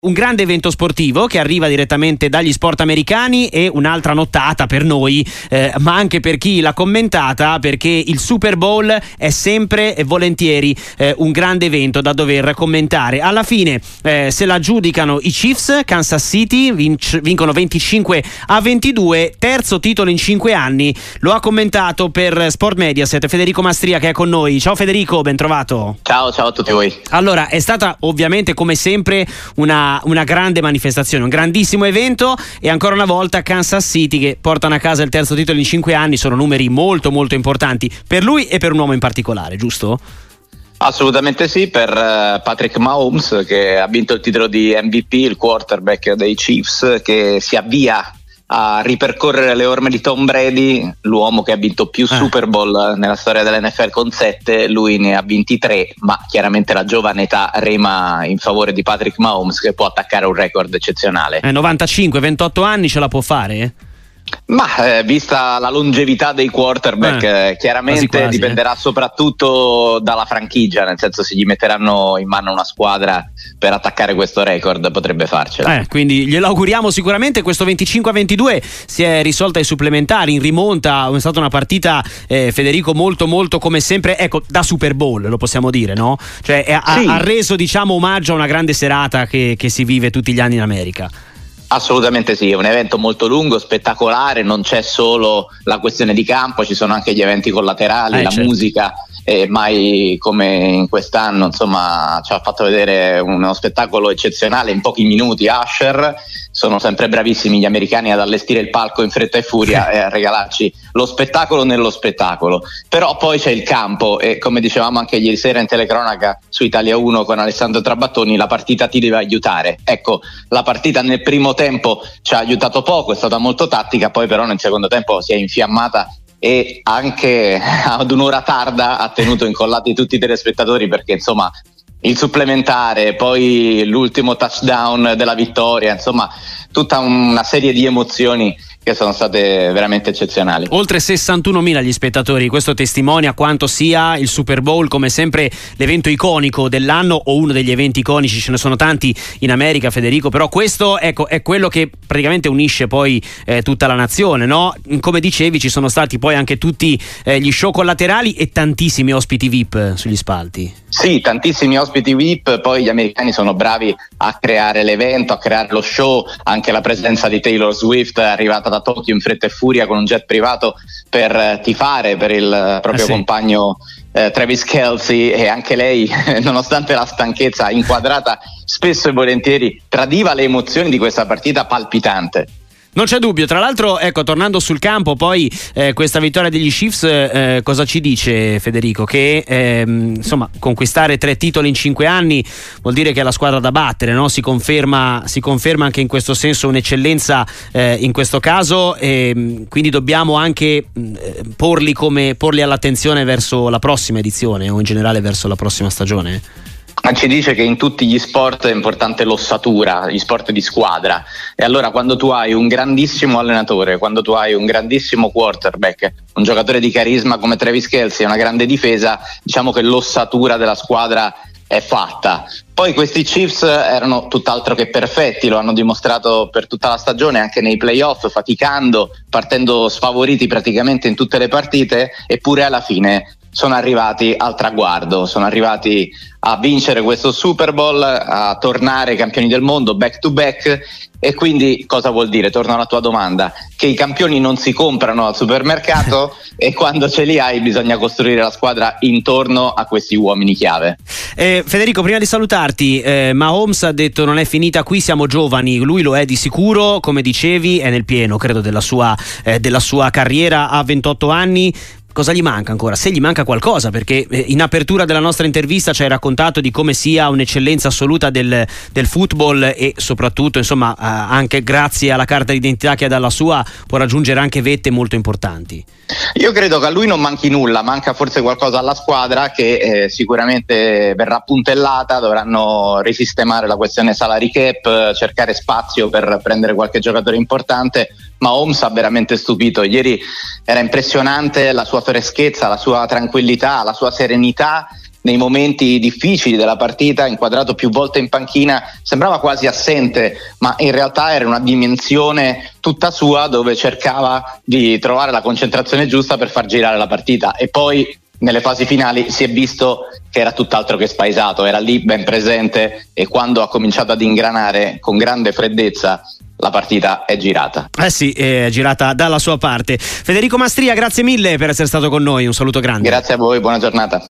Un grande evento sportivo che arriva direttamente dagli sport americani e un'altra nottata per noi, ma anche per chi l'ha commentata, perché il Super Bowl è sempre e volentieri un grande evento da dover commentare. Alla fine se la giudicano i Chiefs, Kansas City vincono 25-22, terzo titolo in 5 anni. Lo ha commentato per Sport Mediaset Federico Mastria, che è con noi. Ciao Federico, ben trovato. Ciao a tutti voi. Allora, è stata ovviamente come sempre una grande manifestazione, un grandissimo evento, e ancora una volta Kansas City che portano a casa il terzo titolo in 5 anni. Sono numeri molto molto importanti per lui e per un uomo in particolare, giusto? Assolutamente sì, per Patrick Mahomes, che ha vinto il titolo di MVP, il quarterback dei Chiefs, che si avvia a ripercorrere le orme di Tom Brady, l'uomo che ha vinto più Super Bowl nella storia dell'NFL con 7, lui ne ha vinti 3, ma chiaramente la giovane età rema in favore di Patrick Mahomes, che può attaccare un record eccezionale. 95, 28 anni ce la può fare? Ma vista la longevità dei quarterback, chiaramente quasi, dipenderà soprattutto dalla franchigia, nel senso, se gli metteranno in mano una squadra per attaccare questo record potrebbe farcela. Quindi glielo auguriamo sicuramente. Questo 25-22 si è risolta ai supplementari, in rimonta. È stata una partita, Federico, molto molto come sempre, ecco, da Super Bowl, lo possiamo dire, no? Cioè ha reso, diciamo, omaggio a una grande serata che si vive tutti gli anni in America. Assolutamente sì, è un evento molto lungo, spettacolare, non c'è solo la questione di campo, ci sono anche gli eventi collaterali, la musica, e mai come in quest'anno, insomma, ci ha fatto vedere uno spettacolo eccezionale in pochi minuti. Usher, sono sempre bravissimi gli americani ad allestire il palco in fretta e furia e a regalarci lo spettacolo nello spettacolo. Però poi c'è il campo, e come dicevamo anche ieri sera in telecronaca su Italia 1 con Alessandro Trabattoni, la partita ti deve aiutare. Ecco, la partita nel primo tempo ci ha aiutato poco, è stata molto tattica, poi però nel secondo tempo si è infiammata e anche ad un'ora tarda ha tenuto incollati tutti i telespettatori, perché insomma il supplementare, poi l'ultimo touchdown della vittoria, insomma tutta una serie di emozioni che sono state veramente eccezionali. Oltre 61.000 gli spettatori, questo testimonia quanto sia il Super Bowl come sempre l'evento iconico dell'anno, o uno degli eventi iconici. Ce ne sono tanti in America, Federico, però questo, ecco, è quello che praticamente unisce poi tutta la nazione, no? Come dicevi, ci sono stati poi anche tutti gli show collaterali e tantissimi ospiti VIP sugli spalti. Sì, tantissimi ospiti VIP, poi gli americani sono bravi a creare l'evento, a creare lo show. Anche la presenza di Taylor Swift è arrivata da Tokyo in fretta e furia con un jet privato per tifare per il proprio compagno Travis Kelce, e anche lei, nonostante la stanchezza inquadrata, spesso e volentieri tradiva le emozioni di questa partita palpitante. Non c'è dubbio. Tra l'altro, ecco, tornando sul campo, poi questa vittoria degli Chiefs cosa ci dice, Federico? Che insomma, conquistare 3 titoli in 5 anni vuol dire che è la squadra da battere, no? Si conferma anche in questo senso un'eccellenza in questo caso, quindi dobbiamo anche porli all'attenzione verso la prossima edizione, o in generale verso la prossima stagione. Ci dice che in tutti gli sport è importante l'ossatura, gli sport di squadra, e allora quando tu hai un grandissimo allenatore, quando tu hai un grandissimo quarterback, un giocatore di carisma come Travis Kelce e una grande difesa, diciamo che l'ossatura della squadra è fatta. Poi questi Chiefs erano tutt'altro che perfetti, lo hanno dimostrato per tutta la stagione, anche nei playoff, faticando, partendo sfavoriti praticamente in tutte le partite, eppure alla fine sono arrivati al traguardo, sono arrivati a vincere questo Super Bowl, a tornare campioni del mondo back to back. E quindi cosa vuol dire? Torno alla tua domanda, che i campioni non si comprano al supermercato e quando ce li hai bisogna costruire la squadra intorno a questi uomini chiave. Federico, prima di salutarti, Mahomes ha detto: non è finita qui, siamo giovani. Lui lo è di sicuro, come dicevi, è nel pieno, credo, della sua carriera, a 28 anni. Cosa gli manca ancora? Se gli manca qualcosa, perché in apertura della nostra intervista ci hai raccontato di come sia un'eccellenza assoluta del football, e soprattutto, insomma, anche grazie alla carta d'identità che ha dalla sua, può raggiungere anche vette molto importanti. Io credo che a lui non manchi nulla, manca forse qualcosa alla squadra che sicuramente verrà puntellata. Dovranno risistemare la questione salary cap, cercare spazio per prendere qualche giocatore importante. Ma Holmes ha veramente stupito. Ieri era impressionante la sua freschezza, la sua tranquillità, la sua serenità, nei momenti difficili della partita, inquadrato più volte in panchina, sembrava quasi assente, ma in realtà era una dimensione tutta sua, dove cercava di trovare la concentrazione giusta per far girare la partita. E poi nelle fasi finali si è visto che era tutt'altro che spaesato, era lì ben presente, e quando ha cominciato ad ingranare con grande freddezza la partita è girata. Sì, è girata dalla sua parte. Federico Mastria, grazie mille per essere stato con noi, un saluto grande. Grazie a voi, buona giornata.